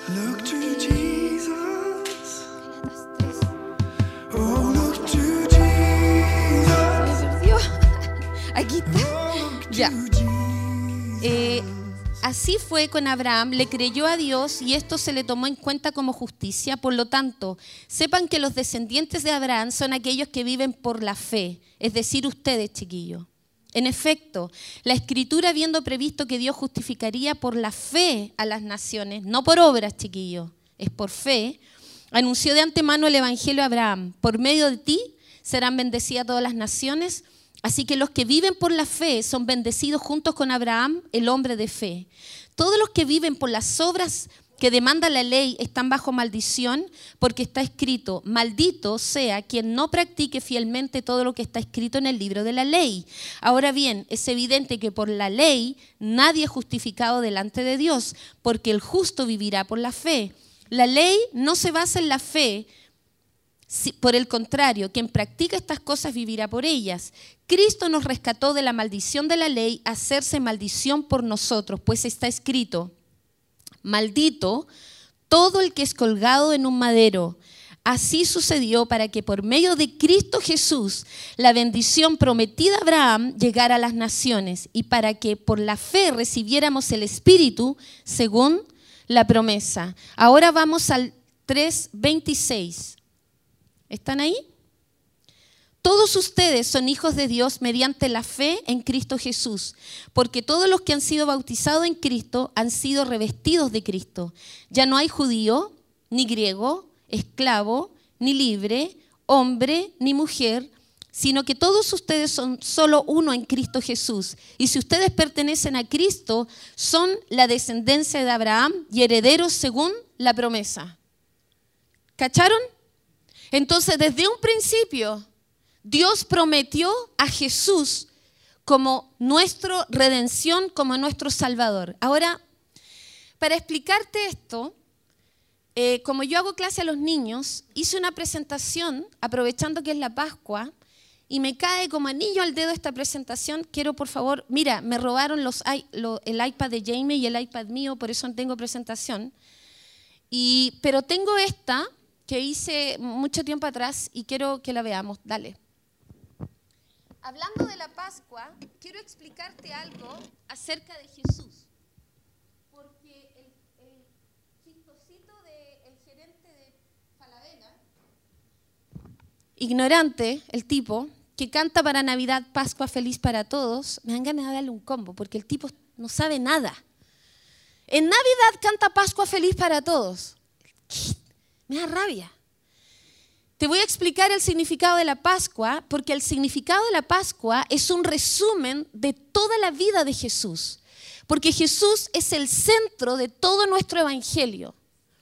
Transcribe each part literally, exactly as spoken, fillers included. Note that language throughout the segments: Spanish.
Look to Jesus. Oh, look to Jesus. Se me perdió. Aquí está. Ya. Eh, así fue con Abraham, le creyó a Dios y esto se le tomó en cuenta como justicia. Por lo tanto, sepan que los descendientes de Abraham son aquellos que viven por la fe, es decir, ustedes, chiquillos. En efecto, la Escritura, habiendo previsto que Dios justificaría por la fe a las naciones, no por obras, chiquillos, es por fe, anunció de antemano el Evangelio a Abraham. Por medio de ti serán bendecidas todas las naciones. Así que los que viven por la fe son bendecidos juntos con Abraham, el hombre de fe. Todos los que viven por las obras que demanda la ley están bajo maldición, porque está escrito: maldito sea quien no practique fielmente todo lo que está escrito en el libro de la ley. Ahora bien, es evidente que por la ley nadie es justificado delante de Dios, porque el justo vivirá por la fe. La ley no se basa en la fe. Por el contrario, quien practica estas cosas vivirá por ellas. Cristo nos rescató de la maldición de la ley, a hacerse maldición por nosotros, pues está escrito: maldito todo el que es colgado en un madero. Así sucedió para que por medio de Cristo Jesús la bendición prometida a Abraham llegara a las naciones y para que por la fe recibiéramos el Espíritu según la promesa. Ahora vamos al tres veintiséis. ¿Están ahí? Todos ustedes son hijos de Dios mediante la fe en Cristo Jesús, porque todos los que han sido bautizados en Cristo han sido revestidos de Cristo. Ya no hay judío, ni griego, esclavo, ni libre, hombre, ni mujer, sino que todos ustedes son solo uno en Cristo Jesús. Y si ustedes pertenecen a Cristo, son la descendencia de Abraham y herederos según la promesa. ¿Cacharon? Entonces, desde un principio, Dios prometió a Jesús como nuestra redención, como nuestro Salvador. Ahora, para explicarte esto, eh, como yo hago clase a los niños, hice una presentación, aprovechando que es la Pascua, y me cae como anillo al dedo esta presentación. Quiero, por favor, mira, me robaron los, lo, el iPad de Jamie y el iPad mío, por eso no tengo presentación. Y, pero tengo esta que hice mucho tiempo atrás y quiero que la veamos. Dale. Hablando de la Pascua, quiero explicarte algo acerca de Jesús. Porque el, el chistosito del gerente de Falabella, ignorante, el tipo, que canta para Navidad Pascua feliz para todos, me dan ganas de darle un combo, porque el tipo no sabe nada. En Navidad canta Pascua feliz para todos. Me da rabia. Te voy a explicar el significado de la Pascua, porque el significado de la Pascua es un resumen de toda la vida de Jesús. Porque Jesús es el centro de todo nuestro evangelio.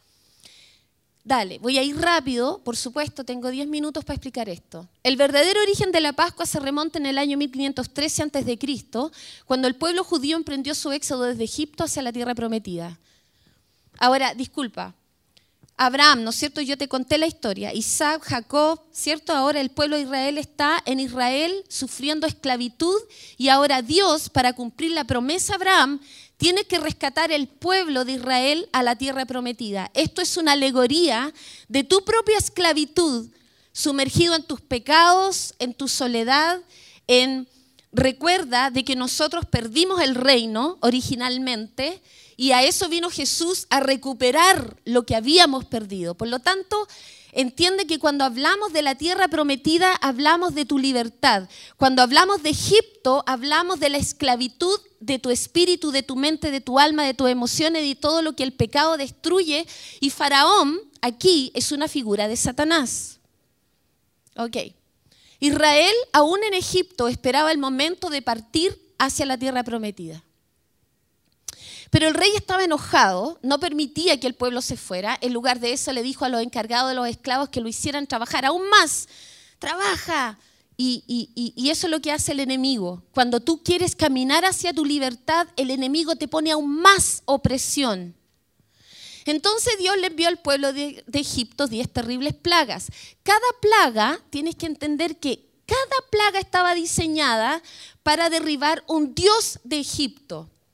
Dale, voy a ir rápido, por supuesto, tengo diez minutos para explicar esto. El verdadero origen de la Pascua se remonta en el año mil quinientos trece antes de Cristo, cuando el pueblo judío emprendió su éxodo desde Egipto hacia la tierra prometida. Ahora, disculpa. Abraham, ¿no es cierto? Yo te conté la historia. Isaac, Jacob, ¿cierto? Ahora el pueblo de Israel está en Israel sufriendo esclavitud y ahora Dios, para cumplir la promesa a Abraham, tiene que rescatar el pueblo de Israel a la tierra prometida. Esto es una alegoría de tu propia esclavitud, sumergido en tus pecados, en tu soledad, en... Recuerda de que nosotros perdimos el reino originalmente y a eso vino Jesús, a recuperar lo que habíamos perdido. Por lo tanto, entiende que cuando hablamos de la tierra prometida, hablamos de tu libertad. Cuando hablamos de Egipto, hablamos de la esclavitud de tu espíritu, de tu mente, de tu alma, de tus emociones y de todo lo que el pecado destruye. Y Faraón aquí es una figura de Satanás. Ok. Israel, aún en Egipto, esperaba el momento de partir hacia la tierra prometida. Pero el rey estaba enojado, no permitía que el pueblo se fuera. En lugar de eso le dijo a los encargados de los esclavos que lo hicieran trabajar aún más. ¡Trabaja! Y, y, y eso es lo que hace el enemigo. Cuando tú quieres caminar hacia tu libertad, el enemigo te pone aún más opresión. Entonces Dios le envió al pueblo de, de Egipto diez terribles plagas. Cada plaga, tienes que entender que cada plaga estaba diseñada para derribar un dios de Egipto.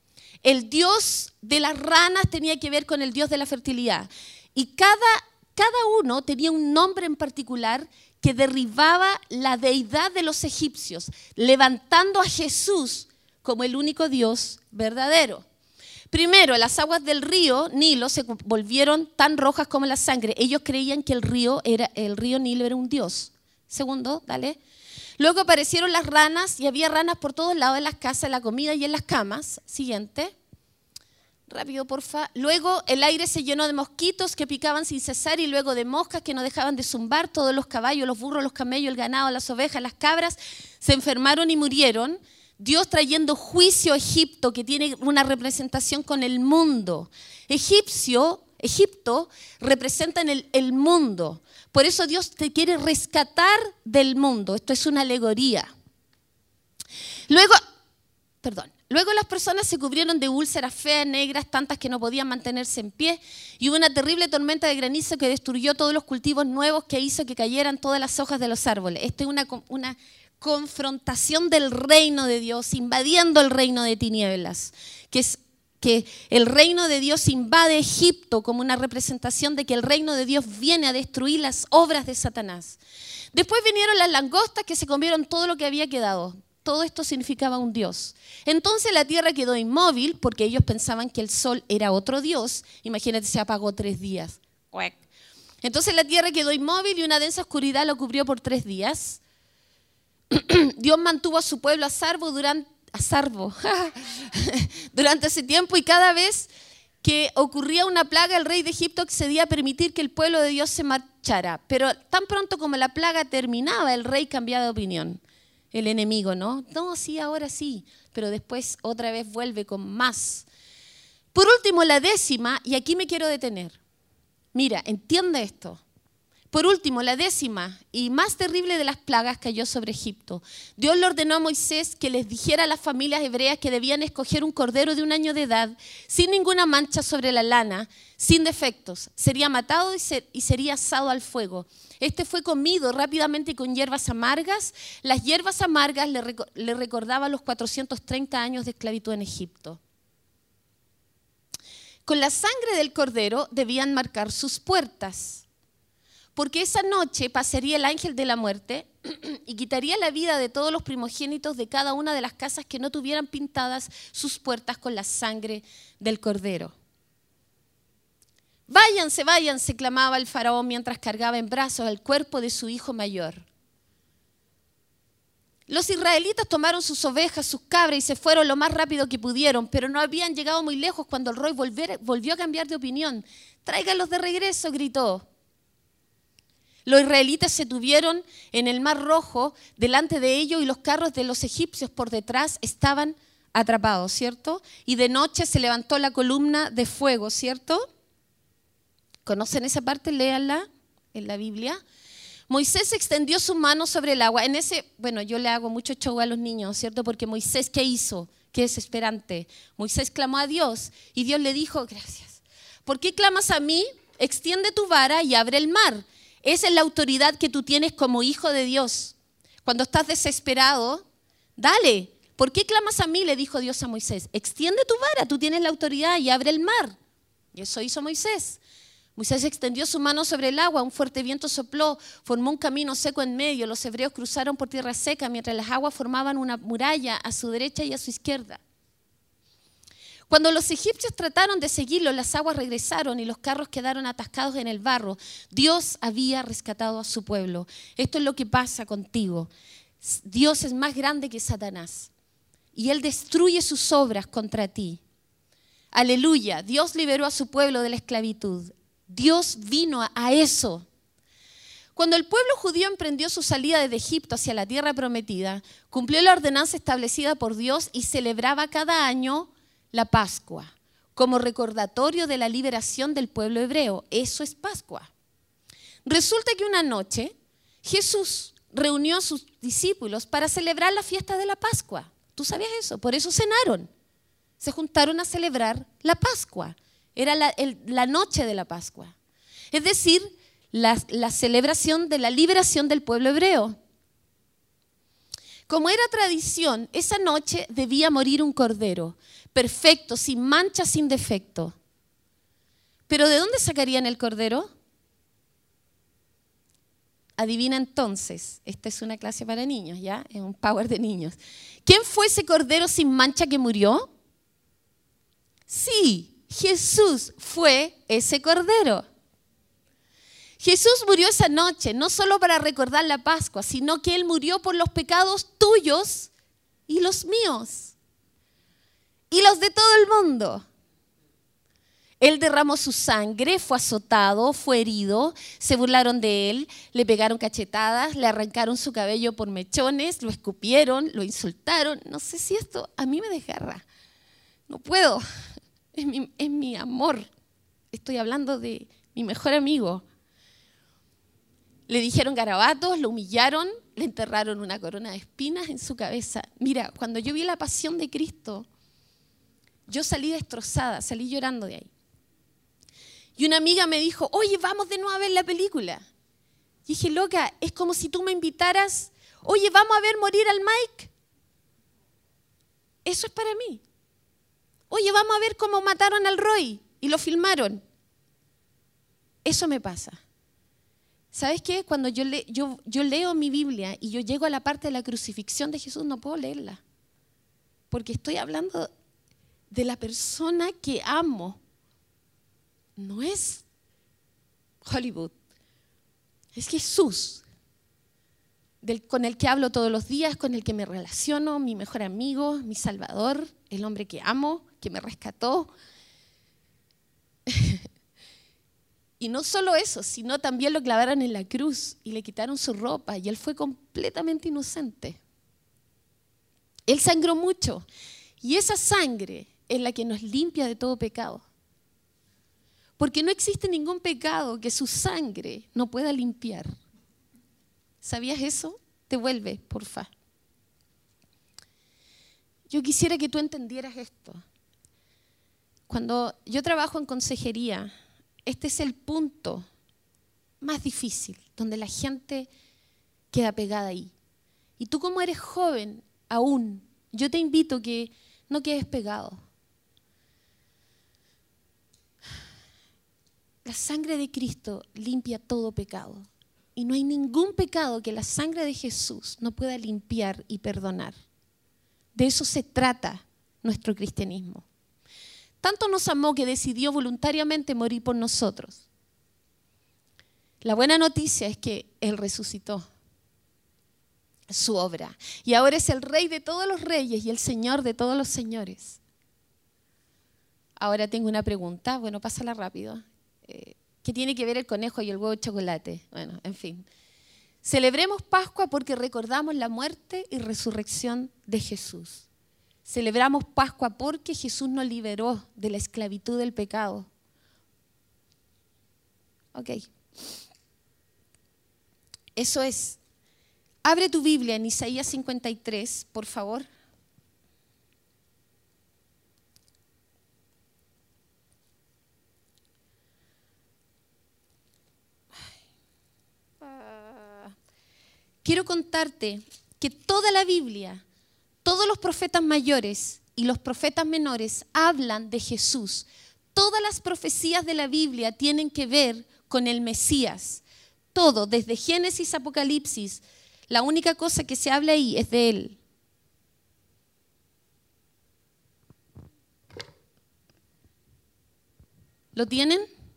El dios de las ranas tenía que ver con el dios de la fertilidad. Y cada, cada uno tenía un nombre en particular que derribaba la deidad de los egipcios, levantando a Jesús como el único Dios verdadero. Primero, las aguas del río Nilo se volvieron tan rojas como la sangre. Ellos creían que el río, era, el río Nilo era un dios. Segundo, dale. Luego aparecieron las ranas y había ranas por todos lados en las casas, en la comida y en las camas. Siguiente. Rápido, porfa. Luego el aire se llenó de mosquitos que picaban sin cesar y luego de moscas que no dejaban de zumbar. Todos los caballos, los burros, los camellos, el ganado, las ovejas, las cabras se enfermaron y murieron. Dios trayendo juicio a Egipto, que tiene una representación con el mundo. Egipcio, Egipto representa en el, el mundo. Por eso Dios te quiere rescatar del mundo. Esto es una alegoría. Luego, perdón. Luego las personas se cubrieron de úlceras feas, negras, tantas que no podían mantenerse en pie, y hubo una terrible tormenta de granizo que destruyó todos los cultivos nuevos, que hizo que cayeran todas las hojas de los árboles. Esta es una, una confrontación del reino de Dios, invadiendo el reino de tinieblas, que es que el reino de Dios invade Egipto como una representación de que el reino de Dios viene a destruir las obras de Satanás. Después vinieron las langostas que se comieron todo lo que había quedado. Todo esto significaba un dios. Entonces la tierra quedó inmóvil porque ellos pensaban que el sol era otro dios. Imagínate, se apagó tres días. Entonces la tierra quedó inmóvil y una densa oscuridad lo cubrió por tres días. Dios mantuvo a su pueblo a salvo durante, a salvo, durante ese tiempo, y cada vez que ocurría una plaga, el rey de Egipto accedía a permitir que el pueblo de Dios se marchara. Pero tan pronto como la plaga terminaba, el rey cambiaba de opinión. El enemigo, ¿no? No, sí, ahora sí, pero después otra vez vuelve con más. Por último, la décima, y aquí me quiero detener. Mira, entiende esto. Por último, la décima y más terrible de las plagas cayó sobre Egipto. Dios le ordenó a Moisés que les dijera a las familias hebreas que debían escoger un cordero de un año de edad, sin ninguna mancha sobre la lana, sin defectos. Sería matado y, ser, y sería asado al fuego. Este fue comido rápidamente con hierbas amargas. Las hierbas amargas le, rec- le recordaban los cuatrocientos treinta años de esclavitud en Egipto. Con la sangre del cordero debían marcar sus puertas, porque esa noche pasaría el ángel de la muerte y quitaría la vida de todos los primogénitos de cada una de las casas que no tuvieran pintadas sus puertas con la sangre del cordero. Váyanse, váyanse, clamaba el faraón mientras cargaba en brazos el cuerpo de su hijo mayor. Los israelitas tomaron sus ovejas, sus cabras y se fueron lo más rápido que pudieron, pero no habían llegado muy lejos cuando el rey volvió, volvió a cambiar de opinión. Tráiganlos de regreso, gritó. Los israelitas se tuvieron en el Mar Rojo delante de ellos y los carros de los egipcios por detrás estaban atrapados, ¿cierto? Y de noche se levantó la columna de fuego, ¿cierto? ¿Conocen esa parte? Léanla en la Biblia. Moisés extendió su mano sobre el agua. En ese, bueno, yo le hago mucho show a los niños, ¿cierto? Porque Moisés, ¿qué hizo? Qué desesperante. Moisés clamó a Dios y Dios le dijo, gracias. ¿Por qué clamas a mí? Extiende tu vara y abre el mar. Esa es la autoridad que tú tienes como hijo de Dios. Cuando estás desesperado, dale. ¿Por qué clamas a mí? Le dijo Dios a Moisés. Extiende tu vara, tú tienes la autoridad y abre el mar. Y eso hizo Moisés. Moisés extendió su mano sobre el agua, un fuerte viento sopló, formó un camino seco en medio. Los hebreos cruzaron por tierra seca mientras las aguas formaban una muralla a su derecha y a su izquierda. Cuando los egipcios trataron de seguirlo, las aguas regresaron y los carros quedaron atascados en el barro. Dios había rescatado a su pueblo. Esto es lo que pasa contigo. Dios es más grande que Satanás y Él destruye sus obras contra ti. Aleluya, Dios liberó a su pueblo de la esclavitud. Dios vino a, a eso. Cuando el pueblo judío emprendió su salida desde Egipto hacia la tierra prometida, cumplió la ordenanza establecida por Dios y celebraba cada año la Pascua, como recordatorio de la liberación del pueblo hebreo. Eso es Pascua. Resulta que una noche Jesús reunió a sus discípulos para celebrar la fiesta de la Pascua. ¿Tú sabías eso? Por eso cenaron. Se juntaron a celebrar la Pascua. Era la, el, la noche de la Pascua. Es decir, la, la celebración de la liberación del pueblo hebreo. Como era tradición, esa noche debía morir un cordero. perfecto, sin mancha, sin defecto. ¿Pero de dónde sacarían el cordero? Adivina entonces, esta es una clase para niños, ¿ya? Es un power de niños. ¿Quién fue ese cordero sin mancha que murió? Sí, Jesús fue ese cordero. Jesús murió esa noche, no solo para recordar la Pascua, sino que Él murió por los pecados tuyos y los míos. Y los de todo el mundo. Él derramó su sangre, fue azotado, fue herido, se burlaron de él, le pegaron cachetadas, le arrancaron su cabello por mechones, lo escupieron, lo insultaron. No sé si esto a mí me desgarra. No puedo. Es mi, es mi amor. Estoy hablando de mi mejor amigo. Le dijeron garabatos, lo humillaron, le enterraron una corona de espinas en su cabeza. Mira, cuando yo vi la pasión de Cristo, yo salí destrozada, salí llorando de ahí. Y una amiga me dijo, oye, vamos de nuevo a ver la película. Y dije, loca, es como si tú me invitaras, oye, vamos a ver morir al Mike. Eso es para mí. Oye, vamos a ver cómo mataron al Roy y lo filmaron. Eso me pasa. ¿Sabes qué? Cuando yo, le, yo, yo leo mi Biblia y yo llego a la parte de la crucifixión de Jesús, no puedo leerla. Porque estoy hablando de la persona que amo. No es Hollywood, es Jesús, del, con el que hablo todos los días, con el que me relaciono, mi mejor amigo, mi Salvador, el hombre que amo, que me rescató. Y no solo eso, sino también lo clavaron en la cruz y le quitaron su ropa y él fue completamente inocente. Él sangró mucho y esa sangre es la que nos limpia de todo pecado. Porque no existe ningún pecado que su sangre no pueda limpiar. ¿Sabías eso? Devuelve, porfa. Yo quisiera que tú entendieras esto. Cuando yo trabajo en consejería, este es el punto más difícil, donde la gente queda pegada ahí. Y tú como eres joven aún, yo te invito a que no quedes pegado. La sangre de Cristo limpia todo pecado. Y no hay ningún pecado que la sangre de Jesús no pueda limpiar y perdonar. De eso se trata nuestro cristianismo. Tanto nos amó que decidió voluntariamente morir por nosotros. La buena noticia es que Él resucitó su obra. Y ahora es el Rey de todos los reyes y el Señor de todos los señores. Ahora tengo una pregunta. Bueno, pásala rápido. Eh, ¿Qué tiene que ver el conejo y el huevo de chocolate? Bueno, en fin. Celebremos Pascua porque recordamos la muerte y resurrección de Jesús. Celebramos Pascua porque Jesús nos liberó de la esclavitud del pecado. Ok. Eso es. Abre tu Biblia en Isaías cincuenta y tres, por favor. Quiero contarte que toda la Biblia, todos los profetas mayores y los profetas menores hablan de Jesús. Todas las profecías de la Biblia tienen que ver con el Mesías. Todo, desde Génesis a Apocalipsis, la única cosa que se habla ahí es de Él. ¿Lo tienen?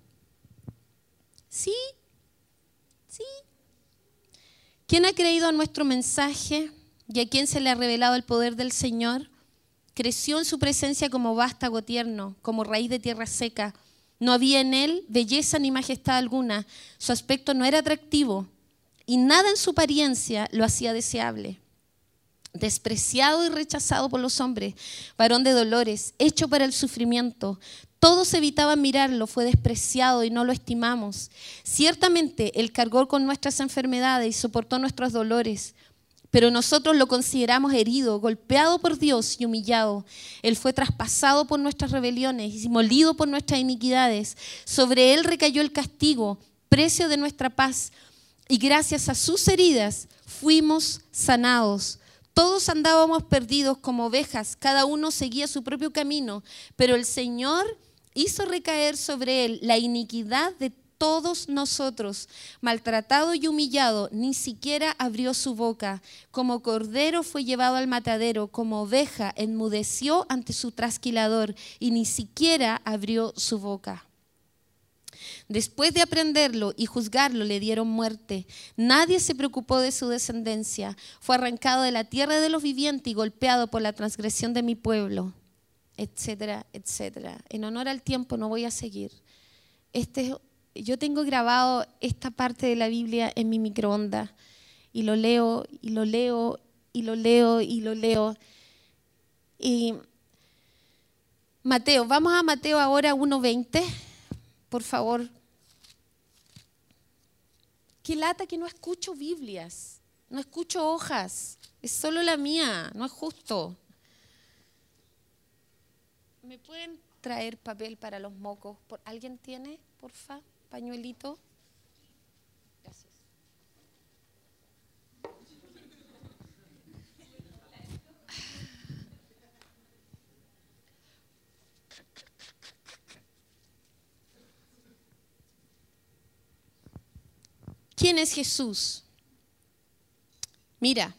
¿Sí? ¿Sí? ¿Quién ha creído a nuestro mensaje y a quién se le ha revelado el poder del Señor? Creció en su presencia como vástago tierno, como raíz de tierra seca. No había en él belleza ni majestad alguna. Su aspecto no era atractivo y nada en su apariencia lo hacía deseable. Despreciado y rechazado por los hombres, varón de dolores, hecho para el sufrimiento. Todos evitaban mirarlo, fue despreciado y no lo estimamos. Ciertamente Él cargó con nuestras enfermedades y soportó nuestros dolores, pero nosotros lo consideramos herido, golpeado por Dios y humillado. Él fue traspasado por nuestras rebeliones y molido por nuestras iniquidades. Sobre Él recayó el castigo, precio de nuestra paz, y gracias a sus heridas fuimos sanados. Todos andábamos perdidos como ovejas, cada uno seguía su propio camino, pero el Señor hizo recaer sobre él la iniquidad de todos nosotros. Maltratado y humillado, ni siquiera abrió su boca. Como cordero fue llevado al matadero, como oveja enmudeció ante su trasquilador y ni siquiera abrió su boca. Después de aprenderlo y juzgarlo, le dieron muerte. Nadie se preocupó de su descendencia. Fue arrancado de la tierra de los vivientes y golpeado por la transgresión de mi pueblo, etcétera, etcétera. En honor al tiempo no voy a seguir. Este, yo tengo grabado esta parte de la Biblia en mi microondas y lo leo, y lo leo, y lo leo, y lo leo. Y Mateo, vamos a Mateo ahora uno veinte. Por favor. Qué lata que no escucho Biblias, no escucho hojas, es solo la mía, no es justo. ¿Me pueden traer papel para los mocos? ¿Alguien tiene, porfa, pañuelito? Gracias. ¿Quién es Jesús? Mira,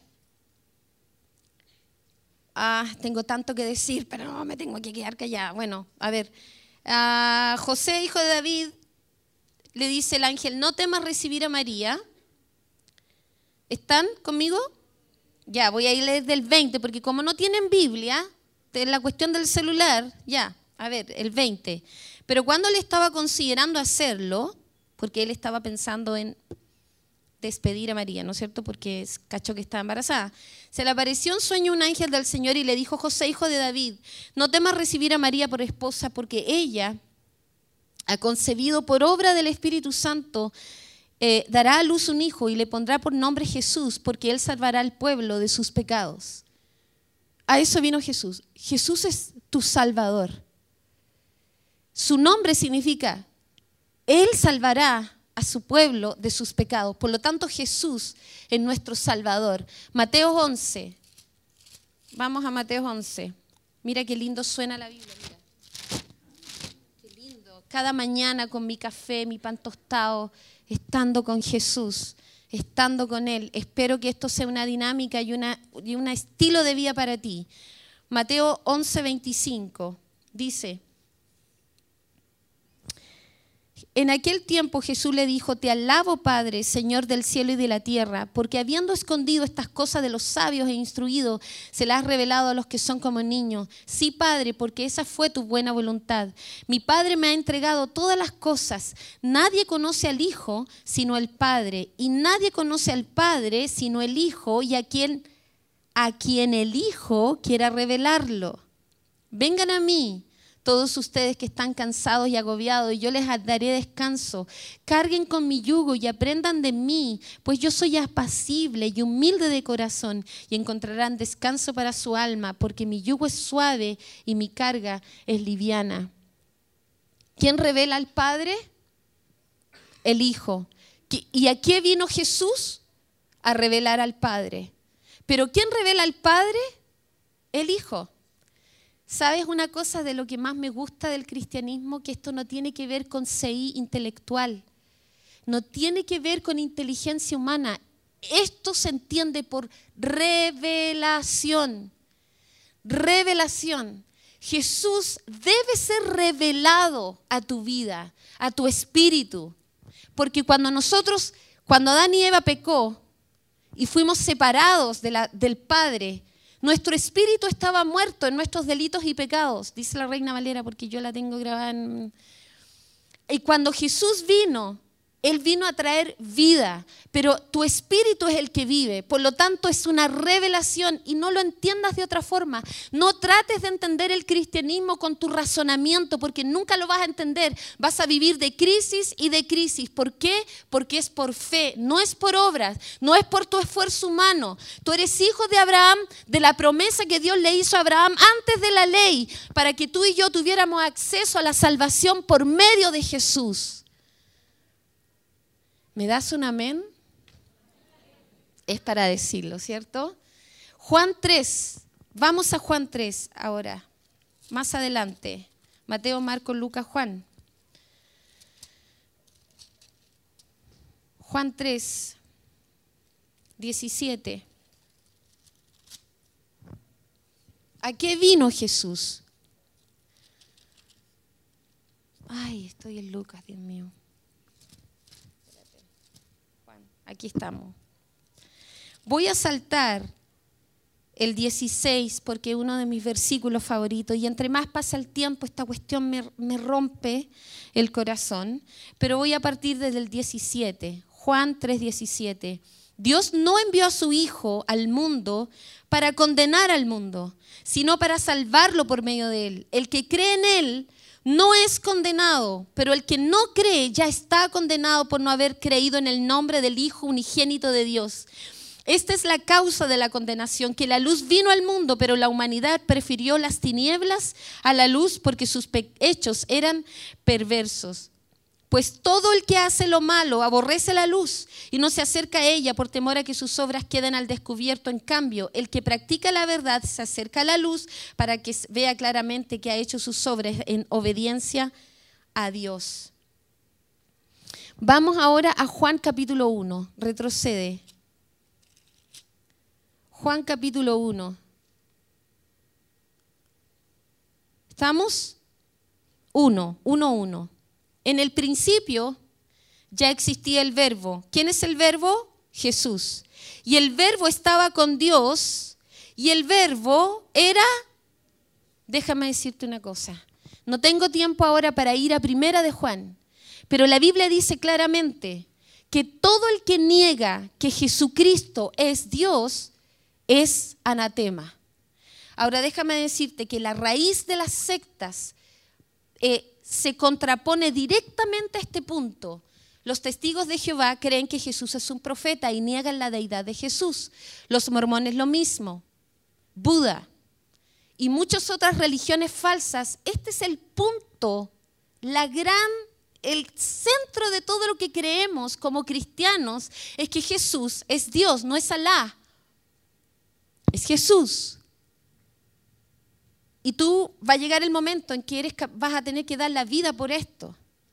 ah, tengo tanto que decir, pero no me tengo que quedar callada. Bueno, a ver, a José, hijo de David, le dice el ángel, no temas recibir a María. ¿Están conmigo? Ya, voy a ir desde el veinte, porque como no tienen Biblia, en la cuestión del celular, ya, a ver, el veinte. Pero cuando él estaba considerando hacerlo, porque él estaba pensando en despedir a María, ¿no es cierto? Porque cachó que estaba embarazada. Se le apareció en sueño un ángel del Señor y le dijo, José, hijo de David, no temas recibir a María por esposa, porque ella ha concebido por obra del Espíritu Santo, eh, dará a luz un hijo y le pondrá por nombre Jesús, porque él salvará al pueblo de sus pecados. A eso vino Jesús. Jesús es tu Salvador. Su nombre significa, él salvará a su pueblo de sus pecados. Por lo tanto, Jesús es nuestro Salvador. Mateo once. Vamos a Mateo once. Mira qué lindo suena la Biblia. Mira. Qué lindo. Cada mañana con mi café, mi pan tostado, estando con Jesús, estando con Él. Espero que esto sea una dinámica y, una, y un estilo de vida para ti. Mateo once, veinticinco. Dice, en aquel tiempo Jesús le dijo, te alabo, Padre, Señor del cielo y de la tierra, porque habiendo escondido estas cosas de los sabios e instruidos, se las has revelado a los que son como niños. Sí, Padre, porque esa fue tu buena voluntad. Mi Padre me ha entregado todas las cosas. Nadie conoce al Hijo sino el Padre, y nadie conoce al Padre sino el Hijo, y a quien, a quien el Hijo quiera revelarlo. Vengan a mí, todos ustedes que están cansados y agobiados, y yo les daré descanso. Carguen con mi yugo y aprendan de mí, pues yo soy apacible y humilde de corazón, y encontrarán descanso para su alma, porque mi yugo es suave y mi carga es liviana. ¿Quién revela al Padre? El Hijo. ¿Y a qué vino Jesús? A revelar al Padre. ¿Pero quién revela al Padre? El Hijo. ¿Sabes una cosa de lo que más me gusta del cristianismo? Que esto no tiene que ver con C I intelectual, no tiene que ver con inteligencia humana. Esto se entiende por revelación. Revelación. Jesús debe ser revelado a tu vida, a tu espíritu. Porque cuando nosotros, cuando Adán y Eva pecó y fuimos separados de la, del Padre, nuestro espíritu estaba muerto en nuestros delitos y pecados, dice la Reina Valera, porque yo la tengo grabada en... Y cuando Jesús vino, Él vino a traer vida, pero tu espíritu es el que vive. Por lo tanto, es una revelación y no lo entiendas de otra forma. No trates de entender el cristianismo con tu razonamiento, porque nunca lo vas a entender. Vas a vivir de crisis y de crisis. ¿Por qué? Porque es por fe, no es por obras, no es por tu esfuerzo humano. Tú eres hijo de Abraham, de la promesa que Dios le hizo a Abraham antes de la ley, para que tú y yo tuviéramos acceso a la salvación por medio de Jesús. ¿Me das un amén? Es para decirlo, ¿cierto? Juan tres, vamos a Juan tres ahora, más adelante. Mateo, Marcos, Lucas, Juan. Juan tres, diecisiete. ¿A qué vino Jesús? Ay, estoy en Lucas, Dios mío. Espérate. Juan, aquí estamos. Voy a saltar el dieciséis porque es uno de mis versículos favoritos y entre más pasa el tiempo esta cuestión me, me rompe el corazón, pero voy a partir desde el diecisiete, Juan tres, diecisiete. Dios no envió a su Hijo al mundo para condenar al mundo, sino para salvarlo por medio de él. El que cree en él no es condenado, pero el que no cree ya está condenado por no haber creído en el nombre del Hijo unigénito de Dios. Esta es la causa de la condenación, que la luz vino al mundo, pero la humanidad prefirió las tinieblas a la luz porque sus hechos eran perversos. Pues todo el que hace lo malo aborrece la luz y no se acerca a ella por temor a que sus obras queden al descubierto. En cambio, el que practica la verdad se acerca a la luz para que vea claramente que ha hecho sus obras en obediencia a Dios. Vamos ahora a Juan capítulo uno. Retrocede. Juan capítulo uno. ¿Estamos? uno, uno, uno. En el principio ya existía el verbo. ¿Quién es el verbo? Jesús. Y el verbo estaba con Dios y el verbo era, déjame decirte una cosa, no tengo tiempo ahora para ir a primera de Juan, pero la Biblia dice claramente que todo el que niega que Jesucristo es Dios es anatema. Ahora déjame decirte que la raíz de las sectas eh, se contrapone directamente a este punto. Los testigos de Jehová creen que Jesús es un profeta y niegan la deidad de Jesús. Los mormones lo mismo. Buda y muchas otras religiones falsas. Este es el punto, la gran, el centro de todo lo que creemos como cristianos es que Jesús es Dios, no es Alá. Es Jesús. Y tú va a llegar el momento en que eres, vas a tener que dar la vida por esto.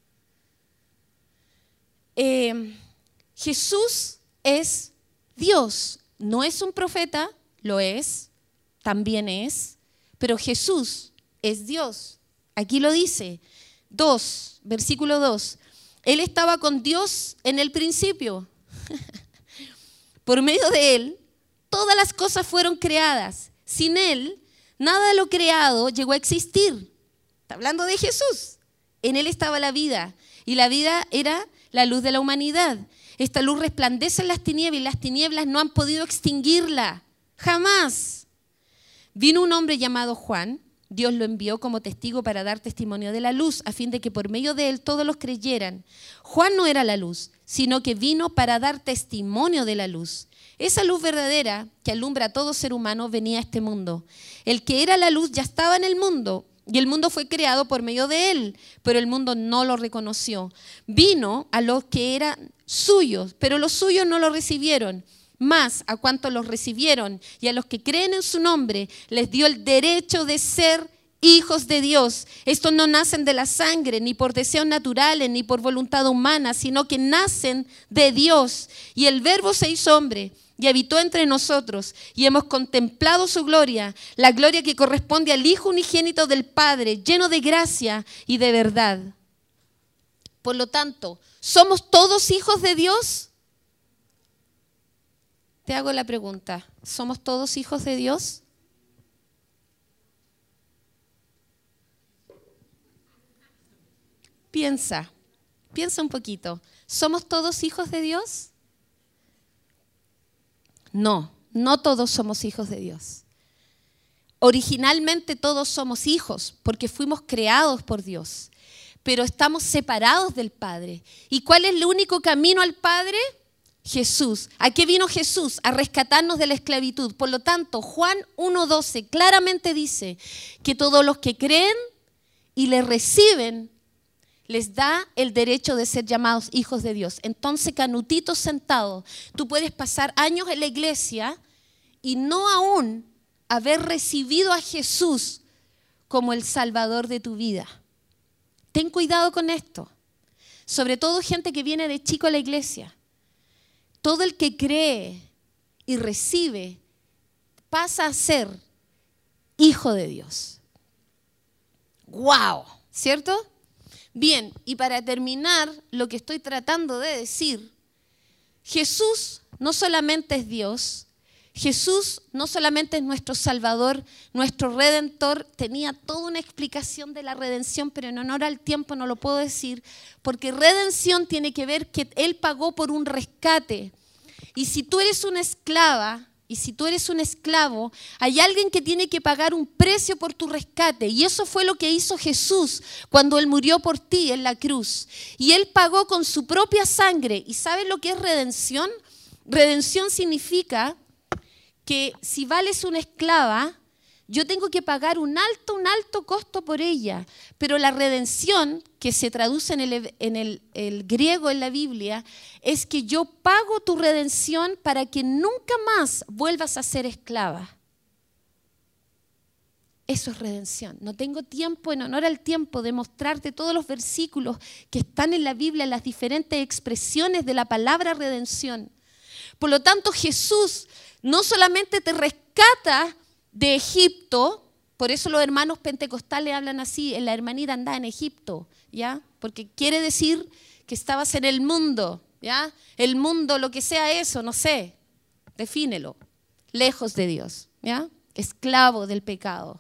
Eh, Jesús es Dios. No es un profeta, lo es, también es, pero Jesús es Dios. Aquí lo dice. dos, versículo dos. Él estaba con Dios en el principio. Por medio de él, todas las cosas fueron creadas. Sin él, nada de lo creado llegó a existir. Está hablando de Jesús. En él estaba la vida y la vida era la luz de la humanidad. Esta luz resplandece en las tinieblas y las tinieblas no han podido extinguirla. Jamás. Vino un hombre llamado Juan. Dios lo envió como testigo para dar testimonio de la luz, a fin de que por medio de él todos los creyeran. Juan no era la luz, sino que vino para dar testimonio de la luz. Esa luz verdadera que alumbra a todo ser humano venía a este mundo. El que era la luz ya estaba en el mundo y el mundo fue creado por medio de él, pero el mundo no lo reconoció. Vino a los que eran suyos, pero los suyos no lo recibieron. Más a cuantos los recibieron y a los que creen en su nombre les dio el derecho de ser hijos de Dios. Estos no nacen de la sangre, ni por deseos naturales, ni por voluntad humana, sino que nacen de Dios. Y el Verbo se hizo hombre y habitó entre nosotros y hemos contemplado su gloria, la gloria que corresponde al Hijo unigénito del Padre, lleno de gracia y de verdad. Por lo tanto, ¿somos todos hijos de Dios? Te hago la pregunta, ¿somos todos hijos de Dios? Piensa, piensa un poquito. ¿Somos todos hijos de Dios? No, no todos somos hijos de Dios. Originalmente todos somos hijos porque fuimos creados por Dios, pero estamos separados del Padre. ¿Y cuál es el único camino al Padre? Jesús. ¿A qué vino Jesús? A rescatarnos de la esclavitud. Por lo tanto, Juan uno doce claramente dice que todos los que creen y le reciben, les da el derecho de ser llamados hijos de Dios. Entonces, Canutito sentado, tú puedes pasar años en la iglesia y no aún haber recibido a Jesús como el Salvador de tu vida. Ten cuidado con esto. Sobre todo gente que viene de chico a la iglesia. Todo el que cree y recibe pasa a ser hijo de Dios. ¡Wow! ¿Cierto? Bien, y para terminar lo que estoy tratando de decir, Jesús no solamente es Dios, Jesús no solamente es nuestro Salvador, nuestro Redentor. Tenía toda una explicación de la redención, pero en honor al tiempo no lo puedo decir, porque redención tiene que ver que Él pagó por un rescate. Y si tú eres una esclava, y si tú eres un esclavo, hay alguien que tiene que pagar un precio por tu rescate. Y eso fue lo que hizo Jesús cuando Él murió por ti en la cruz. Y Él pagó con su propia sangre. ¿Y sabes lo que es redención? Redención significa que si vales una esclava, yo tengo que pagar un alto, un alto costo por ella. Pero la redención, que se traduce en el, en el, el griego en la Biblia, es que yo pago tu redención para que nunca más vuelvas a ser esclava. Eso es redención. No tengo tiempo, en honor al tiempo, de mostrarte todos los versículos que están en la Biblia, las diferentes expresiones de la palabra redención. Por lo tanto, Jesús no solamente te rescata de Egipto, por eso los hermanos pentecostales hablan así, en la hermanita andaba en Egipto, ¿ya? Porque quiere decir que estabas en el mundo, ¿ya? El mundo, lo que sea eso, no sé, defínelo, lejos de Dios, ¿ya? Esclavo del pecado.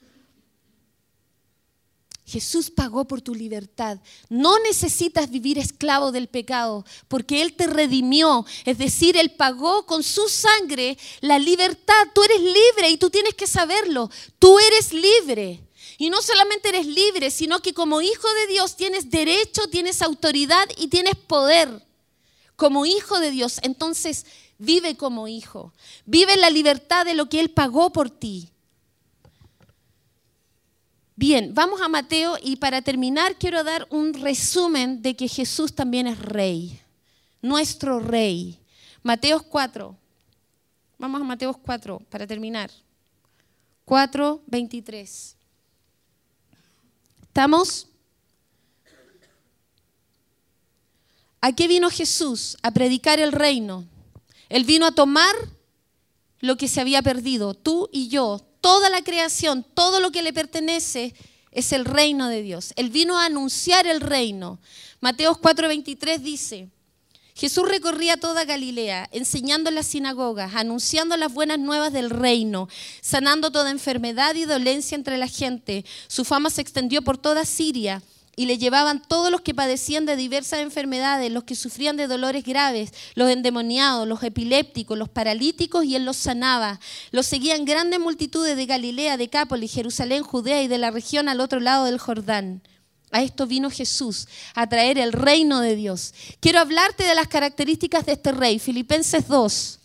Jesús pagó por tu libertad. No necesitas vivir esclavo del pecado porque Él te redimió. Es decir, Él pagó con su sangre la libertad. Tú eres libre y tú tienes que saberlo. Tú eres libre. Y no solamente eres libre, sino que como hijo de Dios tienes derecho, tienes autoridad y tienes poder. Como hijo de Dios, entonces vive como hijo. Vive en la libertad de lo que Él pagó por ti. Bien, vamos a Mateo y para terminar quiero dar un resumen de que Jesús también es rey, nuestro rey. Mateo cuatro, vamos a Mateo cuatro para terminar. cuatro, veintitrés. ¿Estamos? ¿A qué vino Jesús? A predicar el reino. Él vino a tomar lo que se había perdido, tú y yo. Toda la creación, todo lo que le pertenece es el reino de Dios. Él vino a anunciar el reino. Mateo cuatro veintitrés dice, Jesús recorría toda Galilea, enseñando en las sinagogas, anunciando las buenas nuevas del reino, sanando toda enfermedad y dolencia entre la gente. Su fama se extendió por toda Siria. Y le llevaban todos los que padecían de diversas enfermedades, los que sufrían de dolores graves, los endemoniados, los epilépticos, los paralíticos, y Él los sanaba. Los seguían grandes multitudes de Galilea, Decápolis, Jerusalén, Judea y de la región al otro lado del Jordán. A esto vino Jesús, a traer el reino de Dios. Quiero hablarte de las características de este rey. Filipenses dos.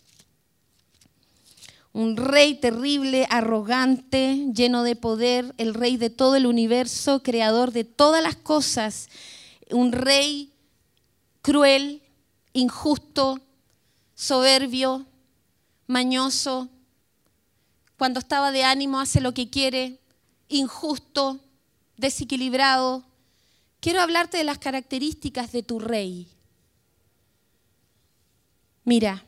Un rey terrible, arrogante, lleno de poder, el rey de todo el universo, creador de todas las cosas. Un rey cruel, injusto, soberbio, mañoso. Cuando estaba de ánimo hace lo que quiere, injusto, desequilibrado. Quiero hablarte de las características de tu rey. Mira.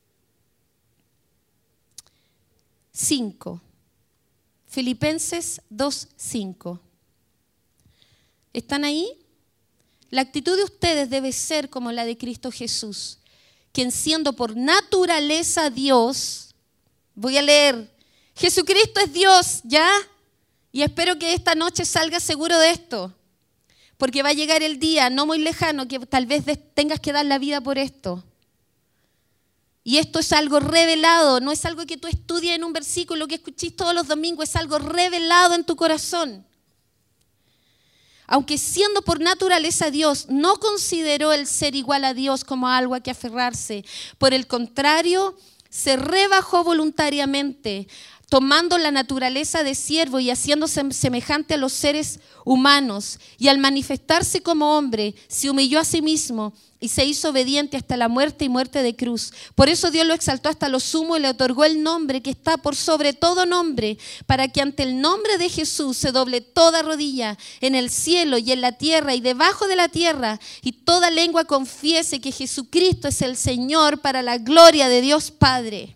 cinco. Filipenses dos, cinco. ¿Están ahí? La actitud de ustedes debe ser como la de Cristo Jesús, quien siendo por naturaleza Dios, voy a leer, Jesucristo es Dios, ¿ya? Y espero que esta noche salgas seguro de esto, porque va a llegar el día no muy lejano que tal vez tengas que dar la vida por esto. Y esto es algo revelado, no es algo que tú estudias en un versículo que escuchís todos los domingos, es algo revelado en tu corazón. Aunque siendo por naturaleza Dios, no consideró el ser igual a Dios como algo a que aferrarse. Por el contrario, se rebajó voluntariamente, tomando la naturaleza de siervo y haciéndose semejante a los seres humanos. Y al manifestarse como hombre, se humilló a sí mismo y se hizo obediente hasta la muerte y muerte de cruz. Por eso Dios lo exaltó hasta lo sumo y le otorgó el nombre que está por sobre todo nombre, para que ante el nombre de Jesús se doble toda rodilla en el cielo y en la tierra y debajo de la tierra, y toda lengua confiese que Jesucristo es el Señor, para la gloria de Dios Padre.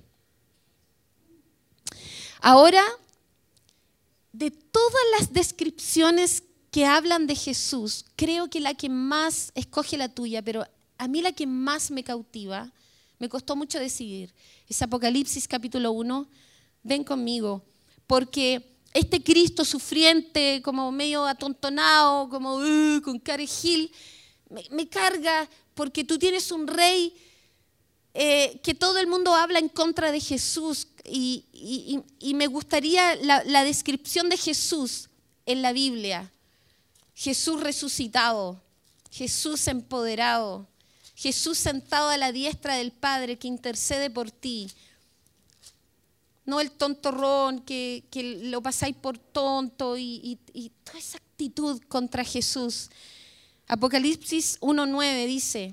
Ahora, de todas las descripciones que hablan de Jesús, creo que la que más, escoge la tuya, pero a mí la que más me cautiva, me costó mucho decidir, es Apocalipsis capítulo uno. Ven conmigo, porque este Cristo sufriente, como medio atontonado, como uh, con carejil, me, me carga, porque tú tienes un rey eh, que todo el mundo habla en contra de Jesús, y, y, y me gustaría la, la descripción de Jesús en la Biblia. Jesús resucitado, Jesús empoderado, Jesús sentado a la diestra del Padre que intercede por ti. No el tontorrón que, que lo pasáis por tonto y, y, y toda esa actitud contra Jesús. Apocalipsis uno nueve dice,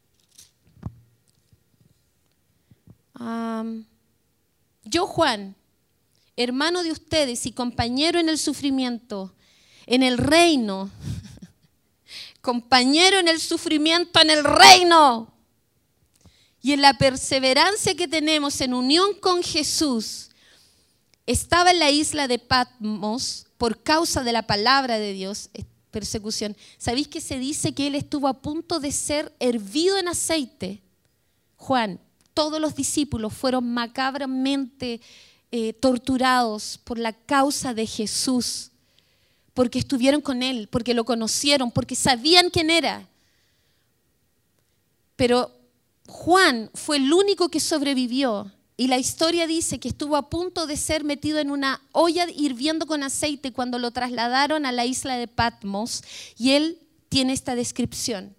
um, yo Juan, hermano de ustedes y compañero en el sufrimiento, en el reino, compañero en el sufrimiento, en el reino, y en la perseverancia que tenemos en unión con Jesús, estaba en la isla de Patmos por causa de la palabra de Dios, persecución. ¿Sabéis que se dice que él estuvo a punto de ser hervido en aceite? Juan, todos los discípulos fueron macabramente eh, torturados por la causa de Jesús, porque estuvieron con él, porque lo conocieron, porque sabían quién era. Pero Juan fue el único que sobrevivió, y la historia dice que estuvo a punto de ser metido en una olla hirviendo con aceite cuando lo trasladaron a la isla de Patmos, y él tiene esta descripción.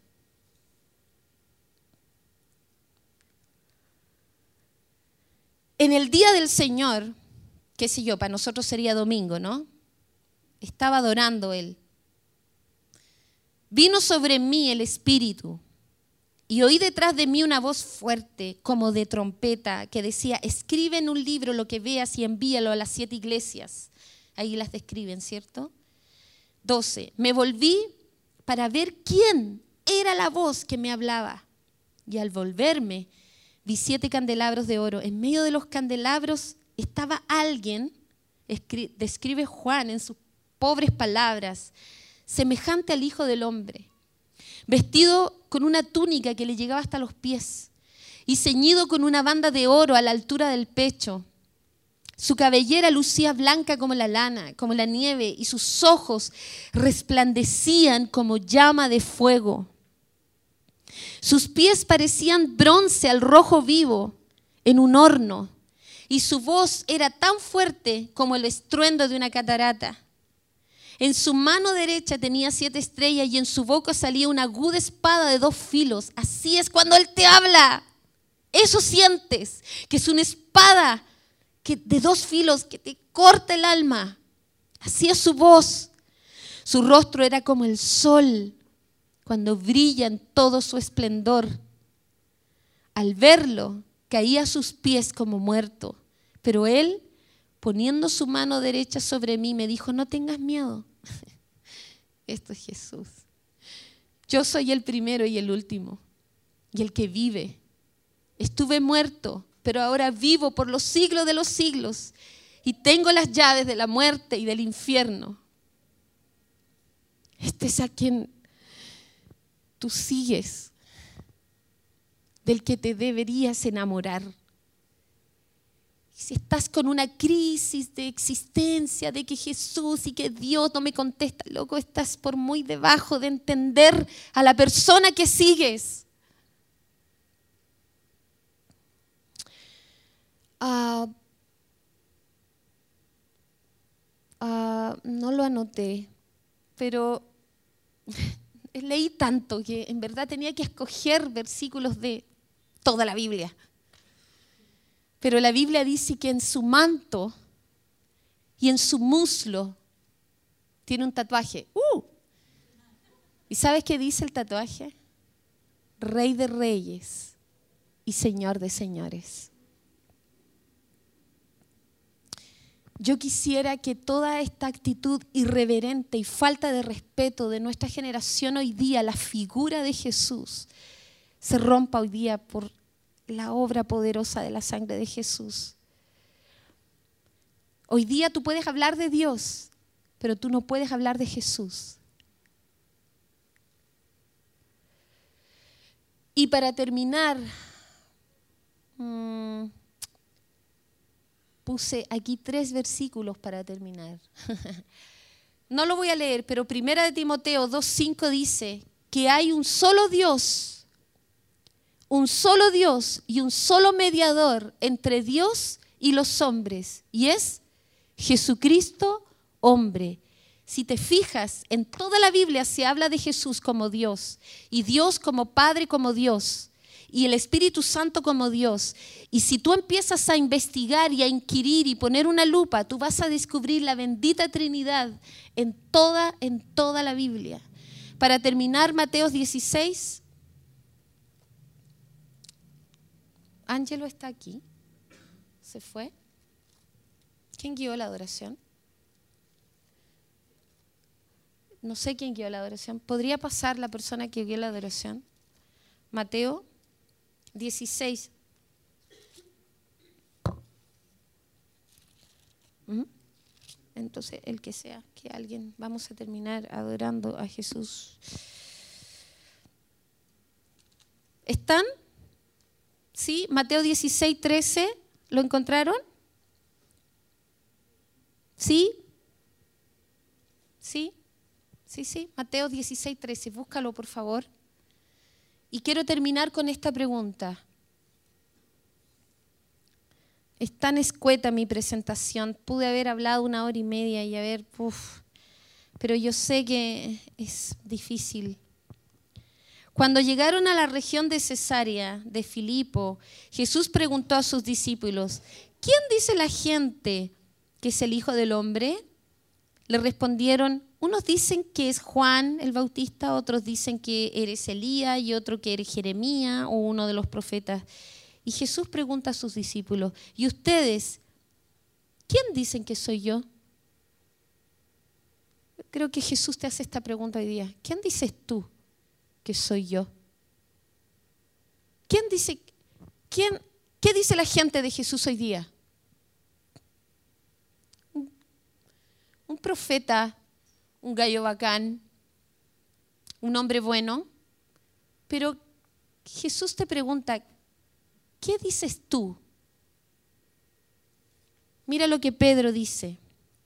En el día del Señor, qué sé yo, para nosotros sería domingo, ¿no? Estaba adorando él. Vino sobre mí el Espíritu y oí detrás de mí una voz fuerte como de trompeta que decía, escribe en un libro lo que veas y envíalo a las siete iglesias. Ahí las describen, ¿cierto? doce. Me volví para ver quién era la voz que me hablaba, y al volverme vi siete candelabros de oro. En medio de los candelabros estaba alguien, describe Juan en sus pobres palabras, semejante al Hijo del Hombre, vestido con una túnica que le llegaba hasta los pies y ceñido con una banda de oro a la altura del pecho. Su cabellera lucía blanca como la lana, como la nieve, y sus ojos resplandecían como llama de fuego. Sus pies parecían bronce al rojo vivo en un horno, y su voz era tan fuerte como el estruendo de una catarata. En su mano derecha tenía siete estrellas y en su boca salía una aguda espada de dos filos. Así es cuando Él te habla. Eso sientes, que es una espada que, de dos filos que te corta el alma. Así es su voz. Su rostro era como el sol cuando brilla en todo su esplendor. Al verlo, caía a sus pies como muerto. Pero Él, poniendo su mano derecha sobre mí, me dijo, no tengas miedo. Esto es Jesús. Yo soy el primero y el último, y el que vive. Estuve muerto, pero ahora vivo por los siglos de los siglos, y tengo las llaves de la muerte y del infierno. Este es a quien tú sigues, del que te deberías enamorar. Si estás con una crisis de existencia, de que Jesús y que Dios no me contesta, loco, estás por muy debajo de entender a la persona que sigues. Uh, uh, no lo anoté, pero leí tanto que en verdad tenía que escoger versículos de toda la Biblia. Pero la Biblia dice que en su manto y en su muslo tiene un tatuaje. ¡Uh! ¿Y sabes qué dice el tatuaje? Rey de reyes y Señor de señores. Yo quisiera que toda esta actitud irreverente y falta de respeto de nuestra generación hoy día, la figura de Jesús, se rompa hoy día por la obra poderosa de la sangre de Jesús. Hoy día tú puedes hablar de Dios, pero tú no puedes hablar de Jesús. Y para terminar, mmm, puse aquí tres versículos para terminar. No lo voy a leer, pero Primera de Timoteo dos cinco dice que hay un solo Dios, un solo Dios y un solo mediador entre Dios y los hombres, y es Jesucristo, hombre. Si te fijas, en toda la Biblia se habla de Jesús como Dios, y Dios como Padre, como Dios, y el Espíritu Santo como Dios. Y si tú empiezas a investigar y a inquirir y poner una lupa, tú vas a descubrir la bendita Trinidad en toda, en toda la Biblia. Para terminar, Mateo dieciséis. Ángelo está aquí. ¿Se fue? ¿Quién guió la adoración? No sé quién guió la adoración. ¿Podría pasar la persona que guió la adoración? Mateo dieciséis. ¿Mm? Entonces, el que sea, que alguien, vamos a terminar adorando a Jesús. ¿Están? ¿Sí? Mateo dieciséis, trece. ¿Lo encontraron? ¿Sí? ¿Sí? Sí, sí. Mateo dieciséis, trece. Búscalo, por favor. Y quiero terminar con esta pregunta. Es tan escueta mi presentación. Pude haber hablado una hora y media y haber... Uf, pero yo sé que es difícil. Cuando llegaron a la región de Cesarea de Filipo, Jesús preguntó a sus discípulos, ¿quién dice la gente que es el Hijo del Hombre? Le respondieron, unos dicen que es Juan el Bautista, otros dicen que eres Elías y otro que eres Jeremías o uno de los profetas. Y Jesús pregunta a sus discípulos, ¿y ustedes quién dicen que soy yo? Creo que Jesús te hace esta pregunta hoy día. ¿Quién dices tú que soy yo? ¿Quién dice, quién, qué dice la gente de Jesús hoy día? Un, un profeta, un gallo bacán, un hombre bueno, pero Jesús te pregunta, ¿qué dices tú? Mira lo que Pedro dice.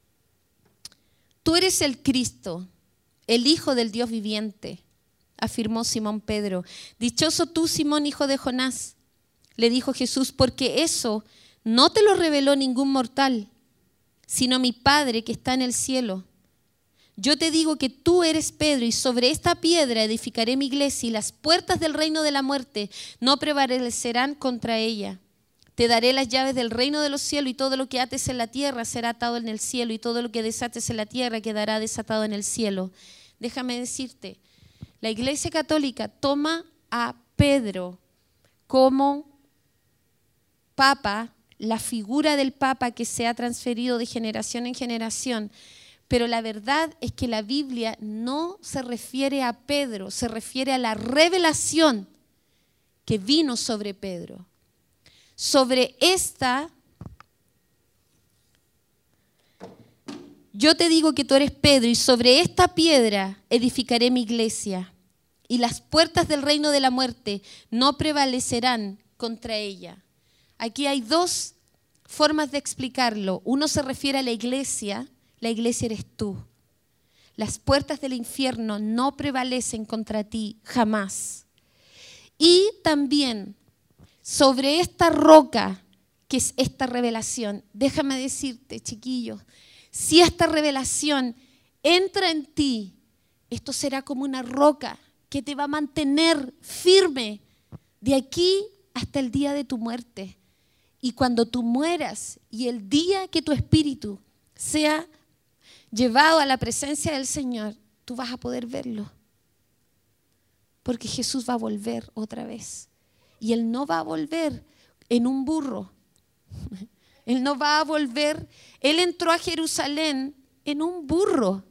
Tú eres el Cristo, el Hijo del Dios viviente, afirmó Simón Pedro. Dichoso tú, Simón, hijo de Jonás, le dijo Jesús, porque eso no te lo reveló ningún mortal, sino mi Padre que está en el cielo. Yo te digo que tú eres Pedro y sobre esta piedra edificaré mi iglesia y las puertas del reino de la muerte no prevalecerán contra ella. Te daré las llaves del reino de los cielos y todo lo que ates en la tierra será atado en el cielo y todo lo que desates en la tierra quedará desatado en el cielo. Déjame decirte, la Iglesia Católica toma a Pedro como Papa, la figura del Papa que se ha transferido de generación en generación. Pero la verdad es que la Biblia no se refiere a Pedro, se refiere a la revelación que vino sobre Pedro. Sobre esta, yo te digo que tú eres Pedro y sobre esta piedra edificaré mi iglesia y las puertas del reino de la muerte no prevalecerán contra ella. Aquí hay dos formas de explicarlo. Uno se refiere a la iglesia. La iglesia eres tú. Las puertas del infierno no prevalecen contra ti jamás. Y también sobre esta roca, que es esta revelación, déjame decirte, chiquillos, si esta revelación entra en ti, esto será como una roca que te va a mantener firme de aquí hasta el día de tu muerte. Y cuando tú mueras y el día que tu espíritu sea llevado a la presencia del Señor, tú vas a poder verlo. Porque Jesús va a volver otra vez. Y Él no va a volver en un burro. Él no va a volver. Él entró a Jerusalén en un burro.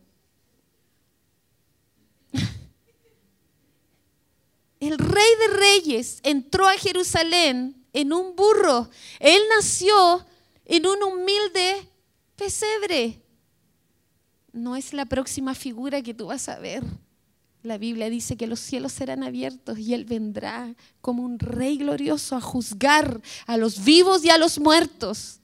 El Rey de Reyes entró a Jerusalén en un burro. Él nació en un humilde pesebre. No es la próxima figura que tú vas a ver. La Biblia dice que los cielos serán abiertos y Él vendrá como un rey glorioso a juzgar a los vivos y a los muertos.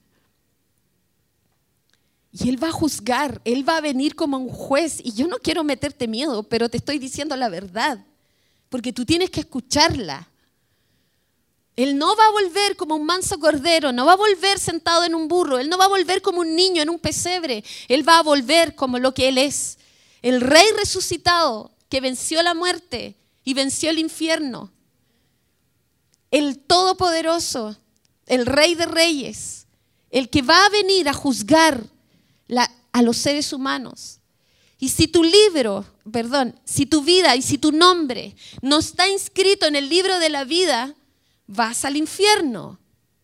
Y Él va a juzgar, Él va a venir como un juez. Y yo no quiero meterte miedo, pero te estoy diciendo la verdad, porque tú tienes que escucharla. Él no va a volver como un manso cordero, no va a volver sentado en un burro, Él no va a volver como un niño en un pesebre. Él va a volver como lo que Él es, el Rey resucitado, que venció la muerte y venció el infierno. El Todopoderoso, el Rey de Reyes, el que va a venir a juzgar la, a los seres humanos. Y si tu libro, perdón, si tu vida y si tu nombre no está inscrito en el libro de la vida, vas al infierno.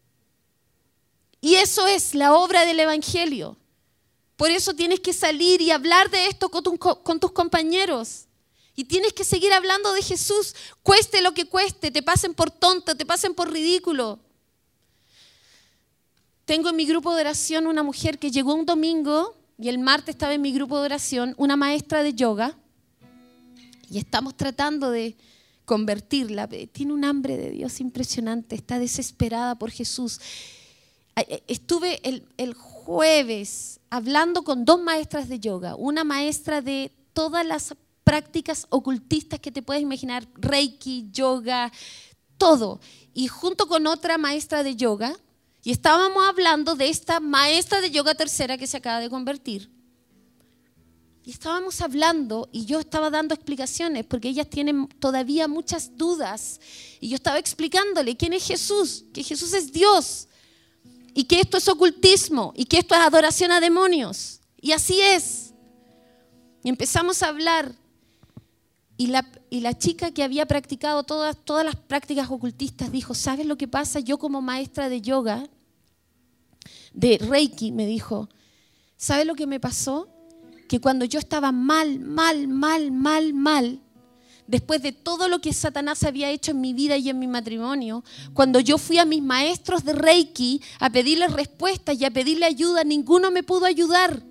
Y eso es la obra del Evangelio. Por eso tienes que salir y hablar de esto con, tu, con tus compañeros. Y tienes que seguir hablando de Jesús, cueste lo que cueste, te pasen por tonta, te pasen por ridículo. Tengo en mi grupo de oración una mujer que llegó un domingo y el martes estaba en mi grupo de oración, una maestra de yoga, y estamos tratando de convertirla. Tiene un hambre de Dios impresionante, está desesperada por Jesús. Estuve el, el jueves hablando con dos maestras de yoga, una maestra de todas las prácticas ocultistas que te puedes imaginar, reiki, yoga, todo. Y junto con otra maestra de yoga, y estábamos hablando de esta maestra de yoga tercera que se acaba de convertir. Y estábamos hablando y yo estaba dando explicaciones porque ellas tienen todavía muchas dudas. Y yo estaba explicándole quién es Jesús, que Jesús es Dios y que esto es ocultismo y que esto es adoración a demonios. Y así es. Y empezamos a hablar. Y la, y la chica que había practicado todas, todas las prácticas ocultistas dijo, ¿sabes lo que pasa? Yo como maestra de yoga, de Reiki, me dijo, ¿sabes lo que me pasó? Que cuando yo estaba mal, mal, mal, mal, mal, después de todo lo que Satanás había hecho en mi vida y en mi matrimonio, cuando yo fui a mis maestros de Reiki a pedirles respuestas y a pedirle ayuda, ninguno me pudo ayudar.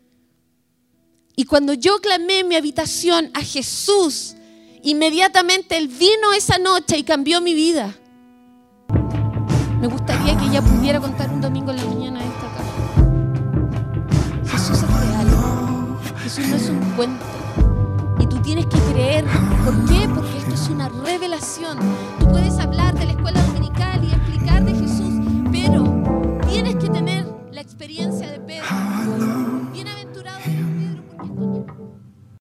Y cuando yo clamé en mi habitación a Jesús, inmediatamente Él vino esa noche y cambió mi vida. Me gustaría que ella pudiera contar un domingo en la mañana esto acá. Jesús es real. Jesús no es un cuento. Y tú tienes que creer. ¿Por qué? Porque esto es una revelación. Tú puedes